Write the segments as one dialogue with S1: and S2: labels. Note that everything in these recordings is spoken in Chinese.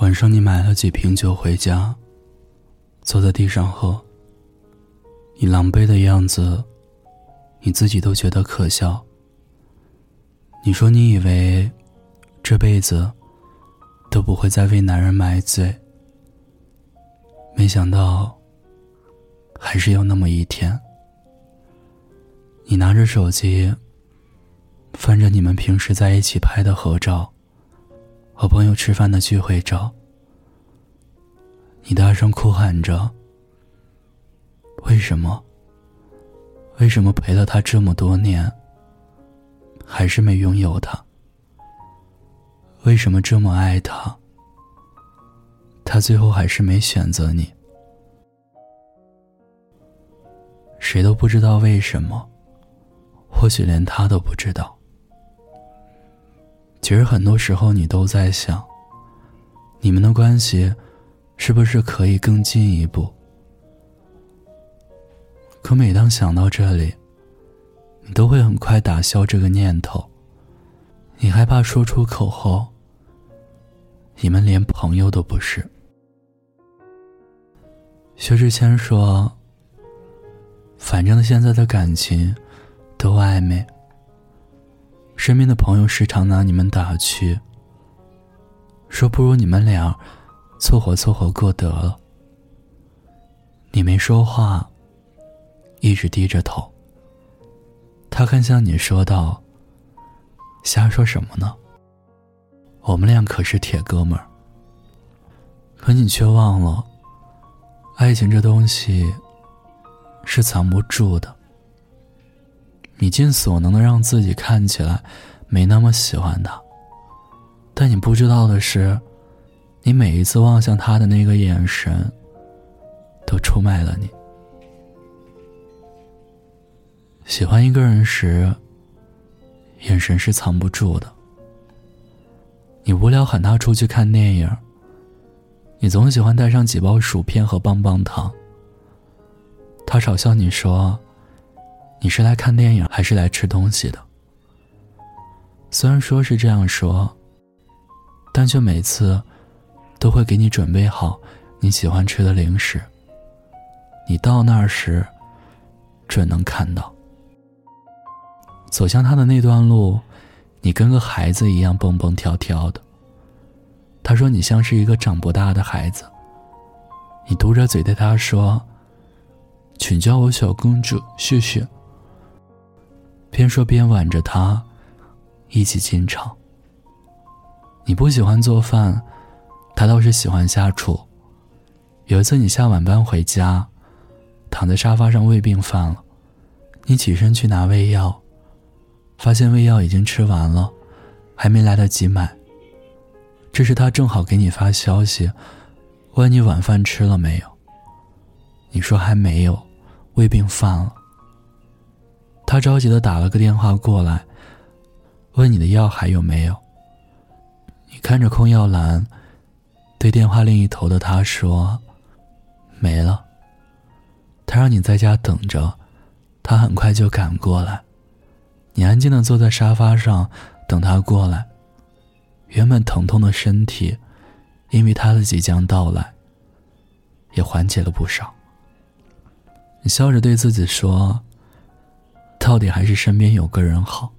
S1: 晚上你买了几瓶酒回家，坐在地上喝，你狼狈的样子，你自己都觉得可笑。你说你以为这辈子都不会再为男人买醉，没想到还是有那么一天。你拿着手机翻着你们平时在一起拍的合照和朋友吃饭的聚会照，你大声哭喊着，为什么陪了他这么多年还是没拥有他？为什么这么爱他，他最后还是没选择你？谁都不知道为什么，或许连他都不知道。其实很多时候你都在想，你们的关系是不是可以更进一步？可每当想到这里，你都会很快打消这个念头。你害怕说出口后，你们连朋友都不是。薛之谦说，反正现在的感情都暧昧，身边的朋友时常拿你们打趣，说不如你们俩凑合过得了。你没说话，一直低着头。他看向你说道，瞎说什么呢？我们俩可是铁哥们儿。可你却忘了，爱情这东西是藏不住的。你尽所能的让自己看起来没那么喜欢他，但你不知道的是，你每一次望向他的那个眼神都出卖了你。喜欢一个人时，眼神是藏不住的。你无聊喊他出去看电影，你总喜欢带上几包薯片和棒棒糖。他嘲笑你说，你是来看电影还是来吃东西的？虽然说是这样说，但却每次都会给你准备好你喜欢吃的零食。你到那儿时准能看到。走向他的那段路，你跟个孩子一样蹦蹦跳跳的。他说你像是一个长不大的孩子。你嘟着嘴对他说，请叫我小公主，谢谢。边说边挽着他一起进场。你不喜欢做饭，他倒是喜欢下厨。有一次你下晚班回家，躺在沙发上胃病犯了，你起身去拿胃药，发现胃药已经吃完了，还没来得及买。这时他正好给你发消息，问你晚饭吃了没有。你说还没有，胃病犯了。他着急地打了个电话过来，问你的药还有没有。你看着空药栏，对电话另一头的他说，没了。他让你在家等着，他很快就赶过来。你安静地坐在沙发上等他过来。原本疼痛的身体因为他的即将到来也缓解了不少。你笑着对自己说，到底还是身边有个人好。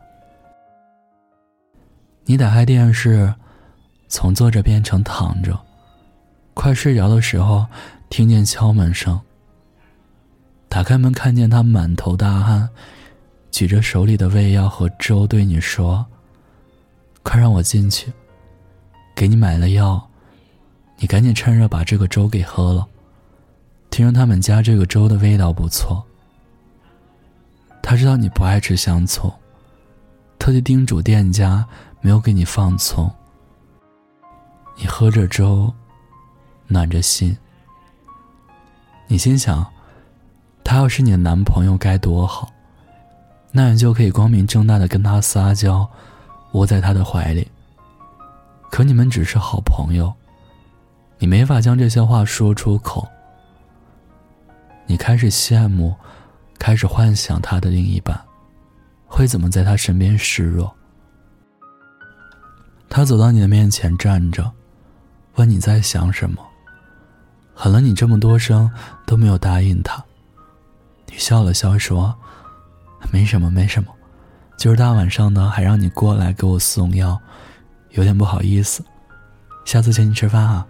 S1: 你打开电视，从坐着变成躺着，快睡着的时候听见敲门声。打开门看见他满头大汗，举着手里的胃药和粥对你说，快让我进去，给你买了药，你赶紧趁热把这个粥给喝了。听说他们家这个粥的味道不错。他知道你不爱吃香葱，特地叮嘱店家没有给你放葱。你喝着粥，暖着心。你心想，他要是你的男朋友该多好，那你就可以光明正大的跟他撒娇，窝在他的怀里。可你们只是好朋友，你没法将这些话说出口。你开始羡慕，开始幻想他的另一半会怎么在他身边示弱。他走到你的面前站着， 问你在想什么，喊了你这么多声都没有答应他。你笑了笑说，没什么没什么，今儿大晚上的还让你过来给我送药，有点不好意思，下次请你吃饭啊。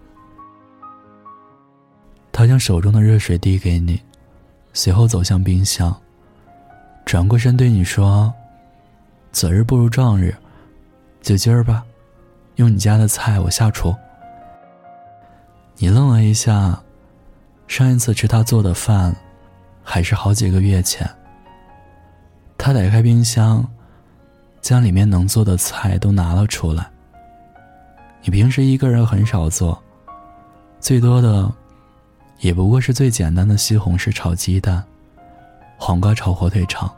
S1: 他将手中的热水递给你，随后走向冰箱，转过身对你说，择日不如撞日，就今儿吧，用你家的菜我下厨。你愣了一下，上一次吃他做的饭还是好几个月前。他打开冰箱，将里面能做的菜都拿了出来。你平时一个人很少做，最多的也不过是最简单的西红柿炒鸡蛋，黄瓜炒火腿肠。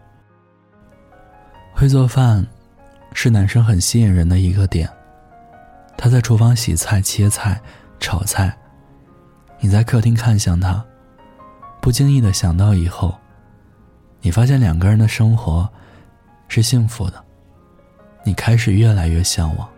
S1: 会做饭是男生很吸引人的一个点。他在厨房洗菜、切菜、炒菜，你在客厅看向他，不经意地想到以后，你发现两个人的生活是幸福的，你开始越来越向往。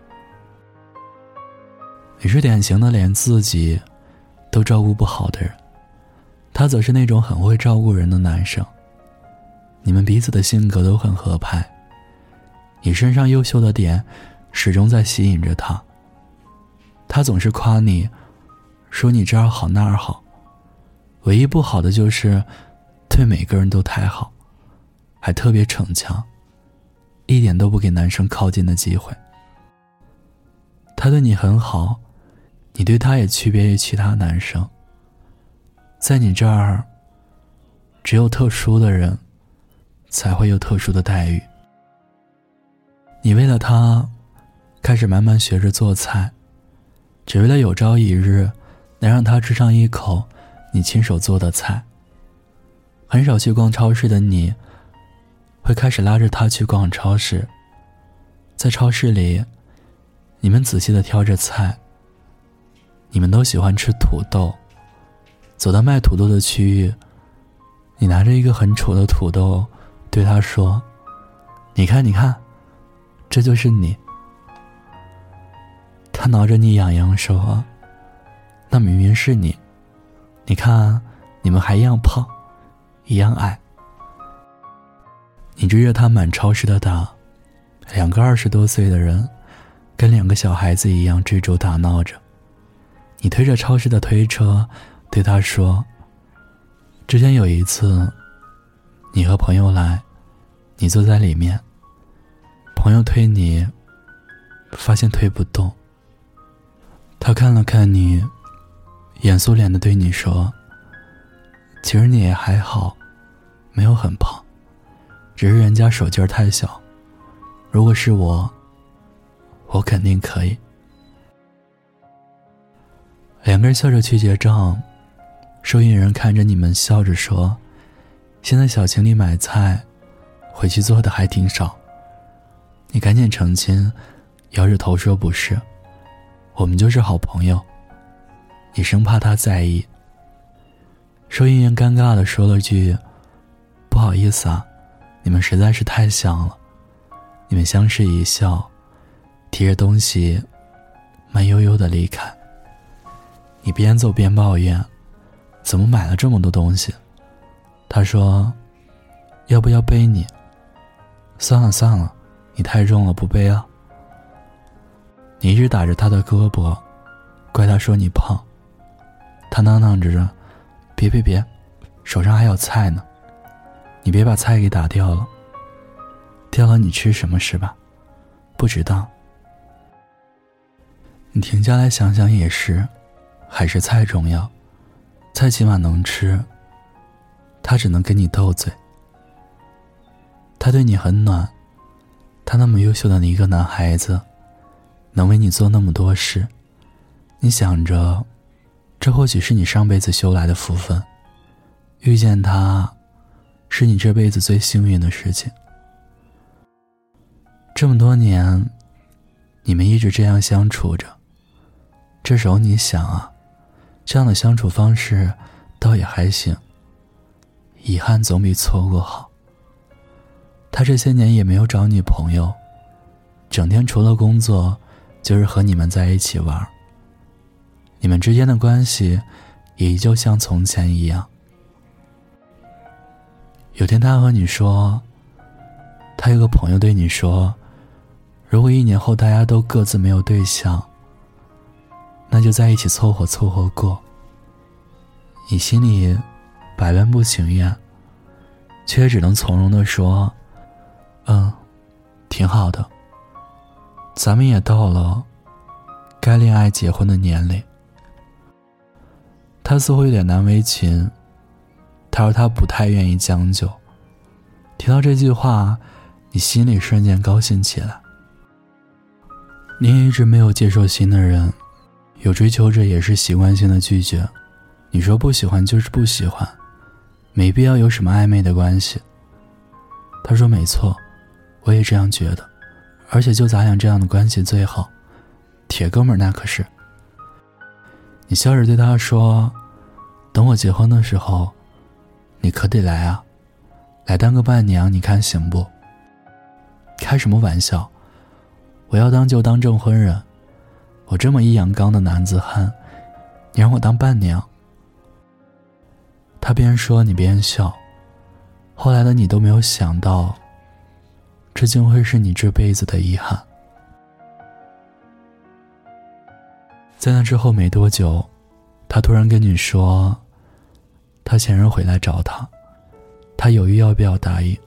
S1: 你是典型的连自己都照顾不好的人，他则是那种很会照顾人的男生。你们彼此的性格都很合拍，你身上优秀的点始终在吸引着他。他总是夸你，说你这儿好那儿好，唯一不好的就是对每个人都太好，还特别逞强，一点都不给男生靠近的机会。他对你很好，你对他也区别于其他男生。在你这儿，只有特殊的人才会有特殊的待遇。你为了他开始慢慢学着做菜，只为了有朝一日能让他吃上一口你亲手做的菜。很少去逛超市的你，会开始拉着他去逛超市。在超市里，你们仔细地挑着菜。你们都喜欢吃土豆，走到卖土豆的区域，你拿着一个很丑的土豆对他说，你看你看，这就是你。他挠着你痒痒说，那明明是你，你看你们还一样胖一样矮。你追着他满超市的打，两个20多岁的人跟两个小孩子一样追逐打闹着。你推着超市的推车对他说，之前有一次你和朋友来，你坐在里面，朋友推你发现推不动。他看了看你，严肃脸地对你说，其实你也还好，没有很胖，只是人家手劲儿太小，如果是我肯定可以。两个人笑着去结账，收银人看着你们笑着说，现在小情侣买菜回去做的还挺少。你赶紧澄清，摇着头说，不是，我们就是好朋友。你生怕他在意。收银员尴尬地说了句，不好意思啊，你们实在是太像了。你们相视一笑，提着东西慢悠悠地离开。你边走边抱怨，怎么买了这么多东西？他说，要不要背你？算了算了，你太重了，不背了。你一直打着他的胳膊，怪他说你胖。他囔囔着，别，手上还有菜呢，你别把菜给打掉了。掉了你吃什么是吧？不值当。你停下来想想也是，还是菜重要，菜起码能吃，他只能跟你斗嘴。他对你很暖，他那么优秀的一个男孩子，能为你做那么多事，你想着，这或许是你上辈子修来的福分，遇见他，是你这辈子最幸运的事情。这么多年，你们一直这样相处着，这时候你想啊，这样的相处方式倒也还行，遗憾总比错过好。他这些年也没有找女朋友，整天除了工作就是和你们在一起玩， 你们之间的关系也依旧像从前一样。有天他和你说，他有个朋友对你说，如果1年后大家都各自没有对象，那就在一起凑合凑合过。你心里百般不情愿，却只能从容地说，挺好的，咱们也到了该恋爱结婚的年龄。他似乎有点难为情，他说他不太愿意将就。听到这句话，你心里瞬间高兴起来。你也一直没有接受新的人，有追求者也是习惯性的拒绝。你说不喜欢就是不喜欢，没必要有什么暧昧的关系。他说没错，我也这样觉得，而且就咱俩这样的关系最好，铁哥们儿那可是。你笑着对他说，等我结婚的时候，你可得来啊，来当个伴娘，你看行不？开什么玩笑，我要当就当证婚人，我这么一阳刚的男子汉，你让我当伴娘？他边说你边笑，后来的你都没有想到，这竟会是你这辈子的遗憾。在那之后没多久，他突然跟你说，他前任回来找他，他犹豫要不要答应。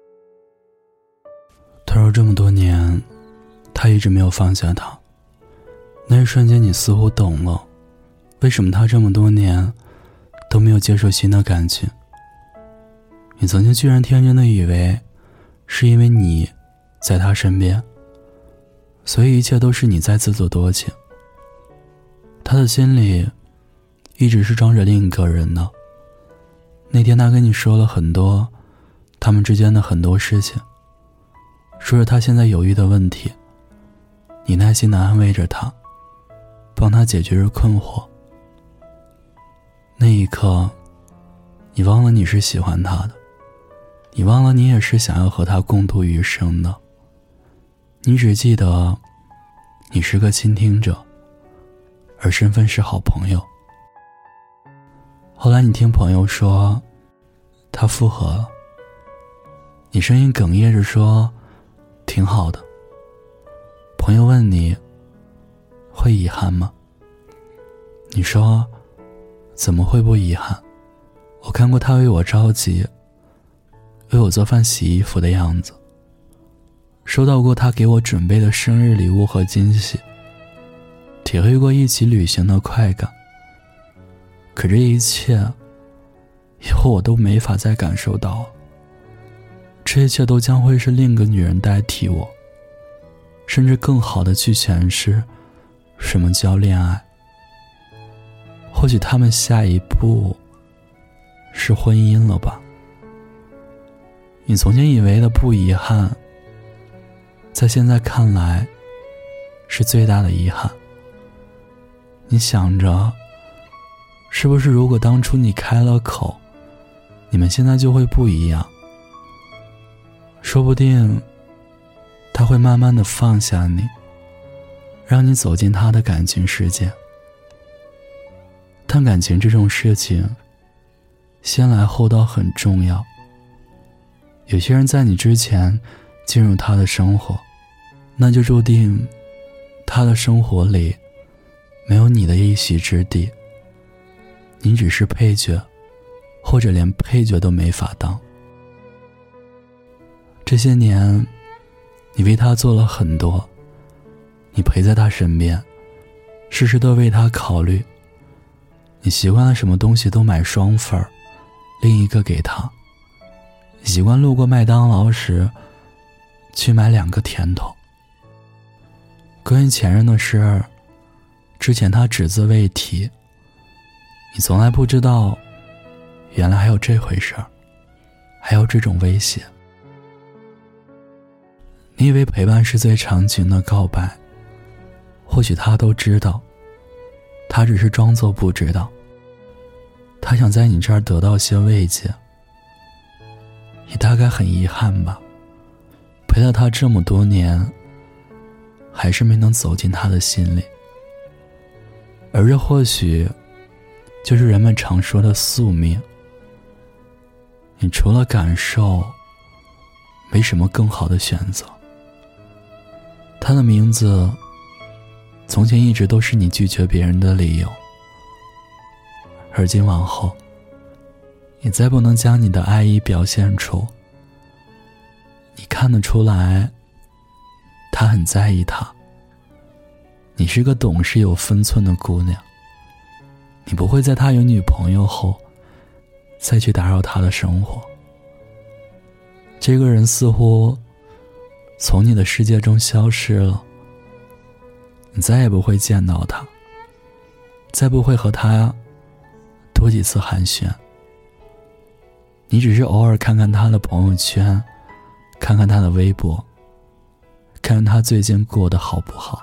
S1: 他说这么多年，他一直没有放下他。那一瞬间你似乎懂了，为什么他这么多年都没有接受新的感情。你曾经居然天真的以为，是因为你在他身边，所以一切都是你在自作多情。他的心里一直是装着另一个人的。那天他跟你说了很多他们之间的很多事情，说着他现在犹豫的问题，你耐心地安慰着他，帮他解决着困惑。那一刻，你忘了你是喜欢他的，你忘了你也是想要和他共度余生的，你只记得你是个倾听者，而身份是好朋友。后来你听朋友说他复合了，你声音哽咽着说挺好的。朋友问你会遗憾吗？你说怎么会不遗憾？我看过他为我着急，为我做饭洗衣服的样子，收到过他给我准备的生日礼物和惊喜，体会过一起旅行的快感。可这一切以后我都没法再感受到了，这一切都将会是另一个女人代替我，甚至更好的去诠释什么叫恋爱。或许他们下一步是婚姻了吧。你从前以为的不遗憾，在现在看来是最大的遗憾。你想着是不是如果当初你开了口，你们现在就会不一样？说不定他会慢慢地放下你，让你走进他的感情世界。但感情这种事情，先来后到很重要。有些人在你之前进入他的生活，那就注定他的生活里没有你的一席之地，你只是配角，或者连配角都没法当。这些年你为他做了很多，你陪在他身边，事事都为他考虑。你习惯了什么东西都买双份儿，另一个给他。习惯路过麦当劳时去买2个甜筒。关于前任的事儿，之前他只字未提，你从来不知道原来还有这回事儿，还有这种威胁。你以为陪伴是最长情的告白，或许他都知道，他只是装作不知道。他想在你这儿得到些慰藉。你大概很遗憾吧，陪了他这么多年，还是没能走进他的心里。 而这或许就是人们常说的宿命。你除了感受，没什么更好的选择。他的名字从前一直都是你拒绝别人的理由，而今往后你再不能将你的爱意表现出，你看得出来他很在意他。你是个懂事有分寸的姑娘，你不会在他有女朋友后再去打扰他的生活。这个人似乎从你的世界中消失了，你再也不会见到他，再不会和他多几次寒暄。你只是偶尔看看他的朋友圈，看看他的微博，看看他最近过得好不好。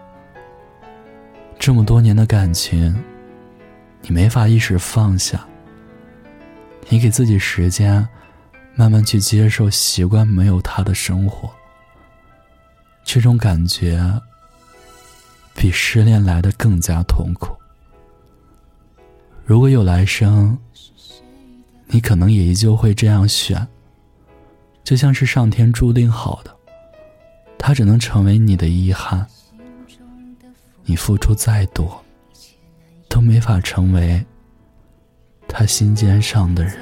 S1: 这么多年的感情，你没法一时放下，你给自己时间，慢慢去接受习惯没有他的生活。这种感觉比失恋来得更加痛苦。如果有来生，你可能也依旧会这样选，就像是上天注定好的，它只能成为你的遗憾。你付出再多，都没法成为他心尖上的人。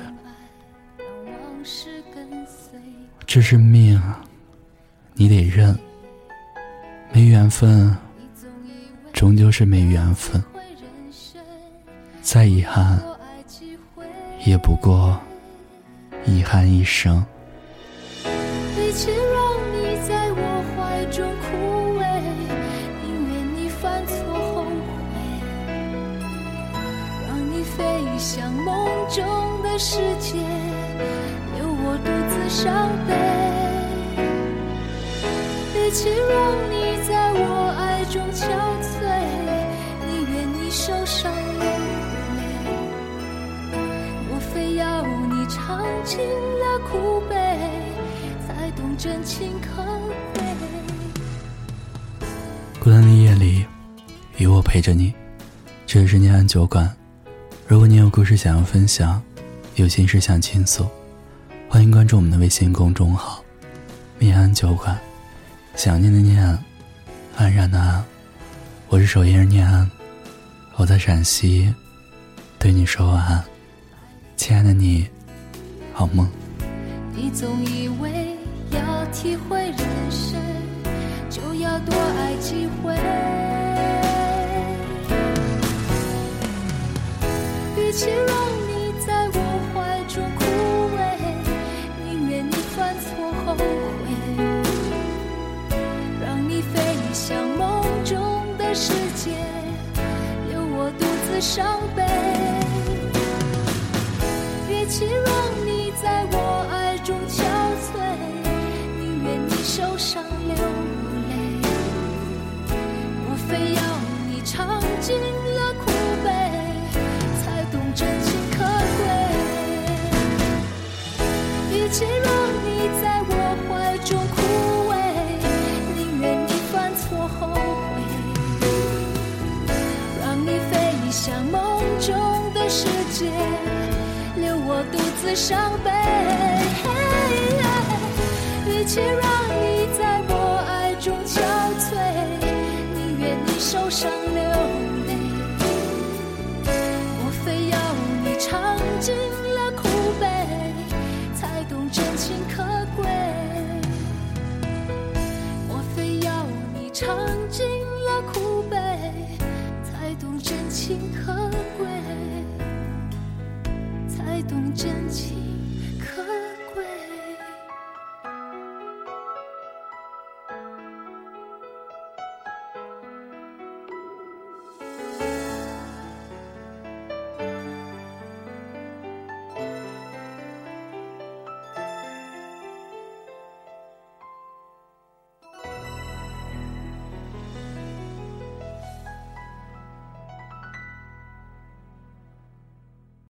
S1: 这是命啊，你得认。没缘分，终究是没缘分。再遗憾，也不过遗憾一生。
S2: 与其让你在我怀中枯萎，宁愿你犯错后悔，让你飞向梦中的世界，留我独自伤悲。与其让你在我爱中憔悴，宁愿你受伤流泪，我非要你尝尽了苦悲，才懂真情可贵。
S1: 孤单的夜里，与我陪着你。这里是念安酒馆，如果你有故事想要分享，有心事想倾诉，欢迎关注我们的微信公众号念安酒馆。想念的念，安然的安，我是守夜人念安，我在陕西对你说晚安。亲爱的你，好梦。
S2: 你总以为要体会人生，就要多爱几回。与其让你在我怀中枯萎，宁愿你犯错后悔，让你飞向梦中的世界，留我独自伤悲。与其让你在我爱中憔悴，宁愿你受伤流泪，我非要你尝尽了苦悲，才懂真情可贵。与其让你在我怀中枯萎，宁愿你犯错后悔，让你飞向梦中的世界，留我独自伤悲。与其让你在我爱中憔悴，宁愿你受伤流泪，我非要你尝尽了苦悲，才懂真情可贵。我非要你尝尽了苦悲，才懂真情可贵，才懂真情。